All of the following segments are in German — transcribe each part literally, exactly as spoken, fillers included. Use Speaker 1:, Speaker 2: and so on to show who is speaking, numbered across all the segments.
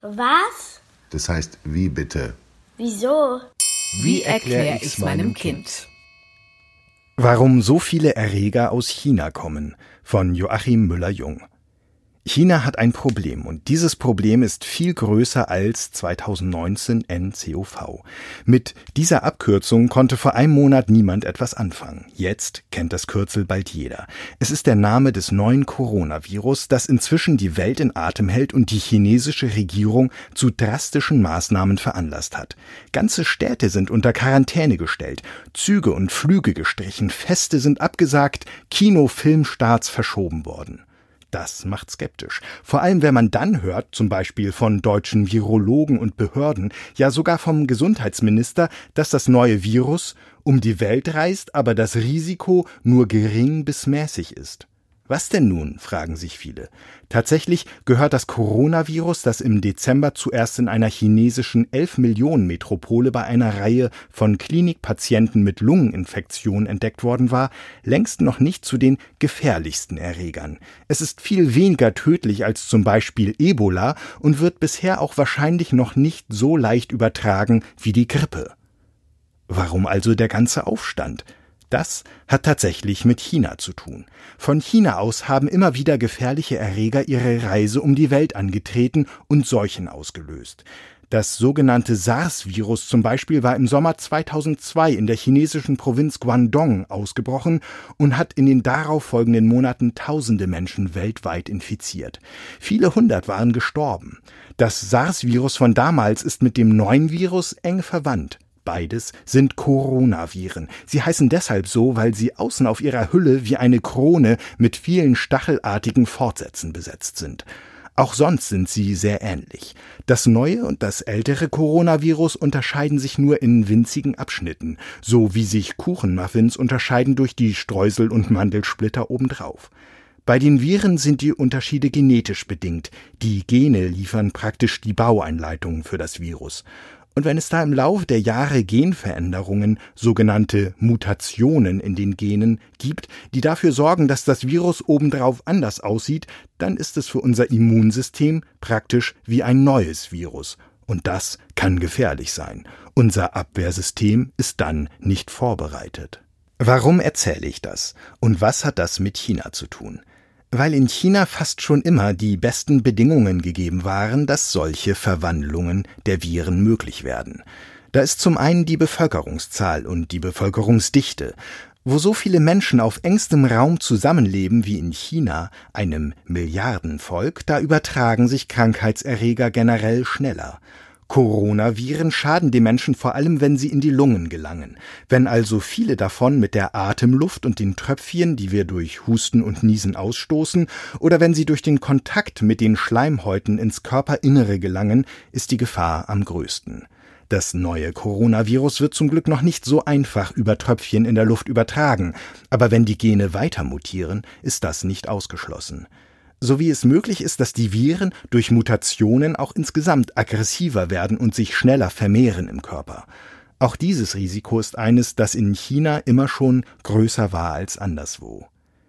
Speaker 1: Was?
Speaker 2: Das heißt, wie bitte?
Speaker 1: Wieso?
Speaker 3: Wie erkläre ich's meinem Kind?
Speaker 4: Warum so viele Erreger aus China kommen, von Joachim Müller-Jung. China hat ein Problem und dieses Problem ist viel größer als zweitausendneunzehn N C O V. Mit dieser Abkürzung konnte vor einem Monat niemand etwas anfangen. Jetzt kennt das Kürzel bald jeder. Es ist der Name des neuen Coronavirus, das inzwischen die Welt in Atem hält und die chinesische Regierung zu drastischen Maßnahmen veranlasst hat. Ganze Städte sind unter Quarantäne gestellt, Züge und Flüge gestrichen, Feste sind abgesagt, Kino-Filmstarts verschoben worden. Das macht skeptisch. Vor allem, wenn man dann hört, zum Beispiel von deutschen Virologen und Behörden, ja sogar vom Gesundheitsminister, dass das neue Virus um die Welt reist, aber das Risiko nur gering bis mäßig ist. Was denn nun, fragen sich viele. Tatsächlich gehört das Coronavirus, das im Dezember zuerst in einer chinesischen elf-Millionen-Metropole bei einer Reihe von Klinikpatienten mit Lungeninfektion entdeckt worden war, längst noch nicht zu den gefährlichsten Erregern. Es ist viel weniger tödlich als zum Beispiel Ebola und wird bisher auch wahrscheinlich noch nicht so leicht übertragen wie die Grippe. Warum also der ganze Aufstand? Das hat tatsächlich mit China zu tun. Von China aus haben immer wieder gefährliche Erreger ihre Reise um die Welt angetreten und Seuchen ausgelöst. Das sogenannte SARS-Virus zum Beispiel war im Sommer zweitausendzwei in der chinesischen Provinz Guangdong ausgebrochen und hat in den darauffolgenden Monaten tausende Menschen weltweit infiziert. Viele hundert waren gestorben. Das SARS-Virus von damals ist mit dem neuen Virus eng verwandt. Beides sind Coronaviren. Sie heißen deshalb so, weil sie außen auf ihrer Hülle wie eine Krone mit vielen stachelartigen Fortsätzen besetzt sind. Auch sonst sind sie sehr ähnlich. Das neue und das ältere Coronavirus unterscheiden sich nur in winzigen Abschnitten, so wie sich Kuchenmuffins unterscheiden durch die Streusel- und Mandelsplitter obendrauf. Bei den Viren sind die Unterschiede genetisch bedingt. Die Gene liefern praktisch die Baueinleitung für das Virus. Und wenn es da im Laufe der Jahre Genveränderungen, sogenannte Mutationen in den Genen gibt, die dafür sorgen, dass das Virus obendrauf anders aussieht, dann ist es für unser Immunsystem praktisch wie ein neues Virus. Und das kann gefährlich sein. Unser Abwehrsystem ist dann nicht vorbereitet. Warum erzähle ich das? Und was hat das mit China zu tun? Weil in China fast schon immer die besten Bedingungen gegeben waren, dass solche Verwandlungen der Viren möglich werden. Da ist zum einen die Bevölkerungszahl und die Bevölkerungsdichte. Wo so viele Menschen auf engstem Raum zusammenleben wie in China, einem Milliardenvolk, da übertragen sich Krankheitserreger generell schneller. Coronaviren schaden dem Menschen vor allem, wenn sie in die Lungen gelangen. Wenn also viele davon mit der Atemluft und den Tröpfchen, die wir durch Husten und Niesen ausstoßen, oder wenn sie durch den Kontakt mit den Schleimhäuten ins Körperinnere gelangen, ist die Gefahr am größten. Das neue Coronavirus wird zum Glück noch nicht so einfach über Tröpfchen in der Luft übertragen, aber wenn die Gene weiter mutieren, ist das nicht ausgeschlossen. So wie es möglich ist, dass die Viren durch Mutationen auch insgesamt aggressiver werden und sich schneller vermehren im Körper. Auch dieses Risiko ist eines, das in China immer schon größer war als anderswo.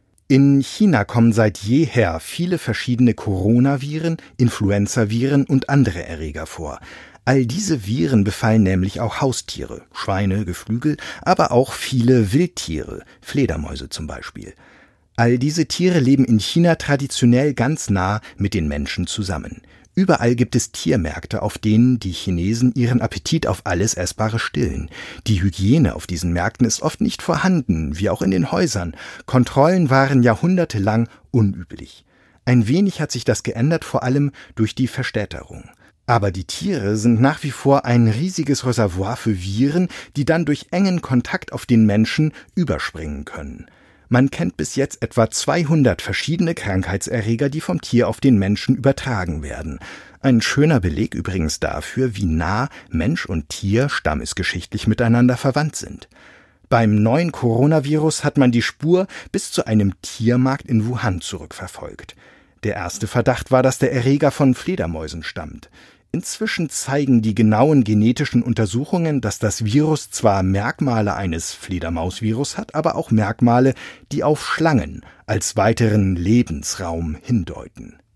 Speaker 4: In China kommen seit jeher viele verschiedene Coronaviren, Influenzaviren und andere Erreger vor. All diese Viren befallen nämlich auch Haustiere, Schweine, Geflügel, aber auch viele Wildtiere, Fledermäuse zum Beispiel. All diese Tiere leben in China traditionell ganz nah mit den Menschen zusammen. Überall gibt es Tiermärkte, auf denen die Chinesen ihren Appetit auf alles Essbare stillen. Die Hygiene auf diesen Märkten ist oft nicht vorhanden, wie auch in den Häusern. Kontrollen waren jahrhundertelang unüblich. Ein wenig hat sich das geändert, vor allem durch die Verstädterung. Aber die Tiere sind nach wie vor ein riesiges Reservoir für Viren, die dann durch engen Kontakt auf den Menschen überspringen können. Man kennt bis jetzt etwa zweihundert verschiedene Krankheitserreger, die vom Tier auf den Menschen übertragen werden. Ein schöner Beleg übrigens dafür, wie nah Mensch und Tier stammesgeschichtlich miteinander verwandt sind. Beim neuen Coronavirus hat man die Spur bis zu einem Tiermarkt in Wuhan zurückverfolgt. Der erste Verdacht war, dass der Erreger von Fledermäusen stammt. Inzwischen zeigen die genauen genetischen Untersuchungen, dass das Virus zwar Merkmale eines Fledermausvirus hat, aber auch Merkmale, die auf Schlangen als weiteren Lebensraum hindeuten.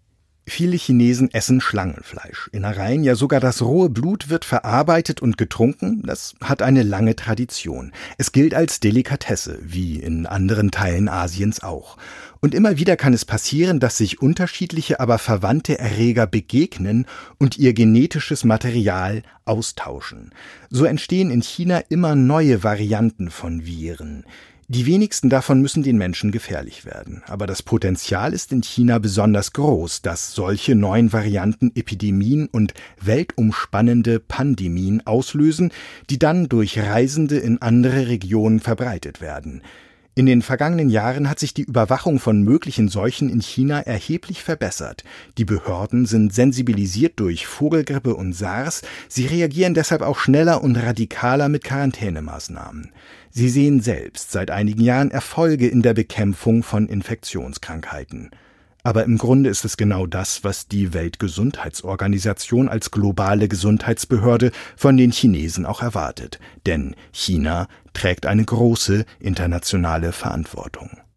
Speaker 4: Viele Chinesen essen Schlangenfleisch. Innereien, ja sogar das rohe Blut wird verarbeitet und getrunken. Das hat eine lange Tradition. Es gilt als Delikatesse, wie in anderen Teilen Asiens auch. Und immer wieder kann es passieren, dass sich unterschiedliche, aber verwandte Erreger begegnen und ihr genetisches Material austauschen. So entstehen in China immer neue Varianten von Viren. Die wenigsten davon müssen den Menschen gefährlich werden. Aber das Potenzial ist in China besonders groß, dass solche neuen Varianten Epidemien und weltumspannende Pandemien auslösen, die dann durch Reisende in andere Regionen verbreitet werden. In den vergangenen Jahren hat sich die Überwachung von möglichen Seuchen in China erheblich verbessert. Die Behörden sind sensibilisiert durch Vogelgrippe und SARS. Sie reagieren deshalb auch schneller und radikaler mit Quarantänemaßnahmen. Sie sehen selbst seit einigen Jahren Erfolge in der Bekämpfung von Infektionskrankheiten. Aber im Grunde ist es genau das, was die Weltgesundheitsorganisation als globale Gesundheitsbehörde von den Chinesen auch erwartet. Denn China trägt eine große internationale Verantwortung.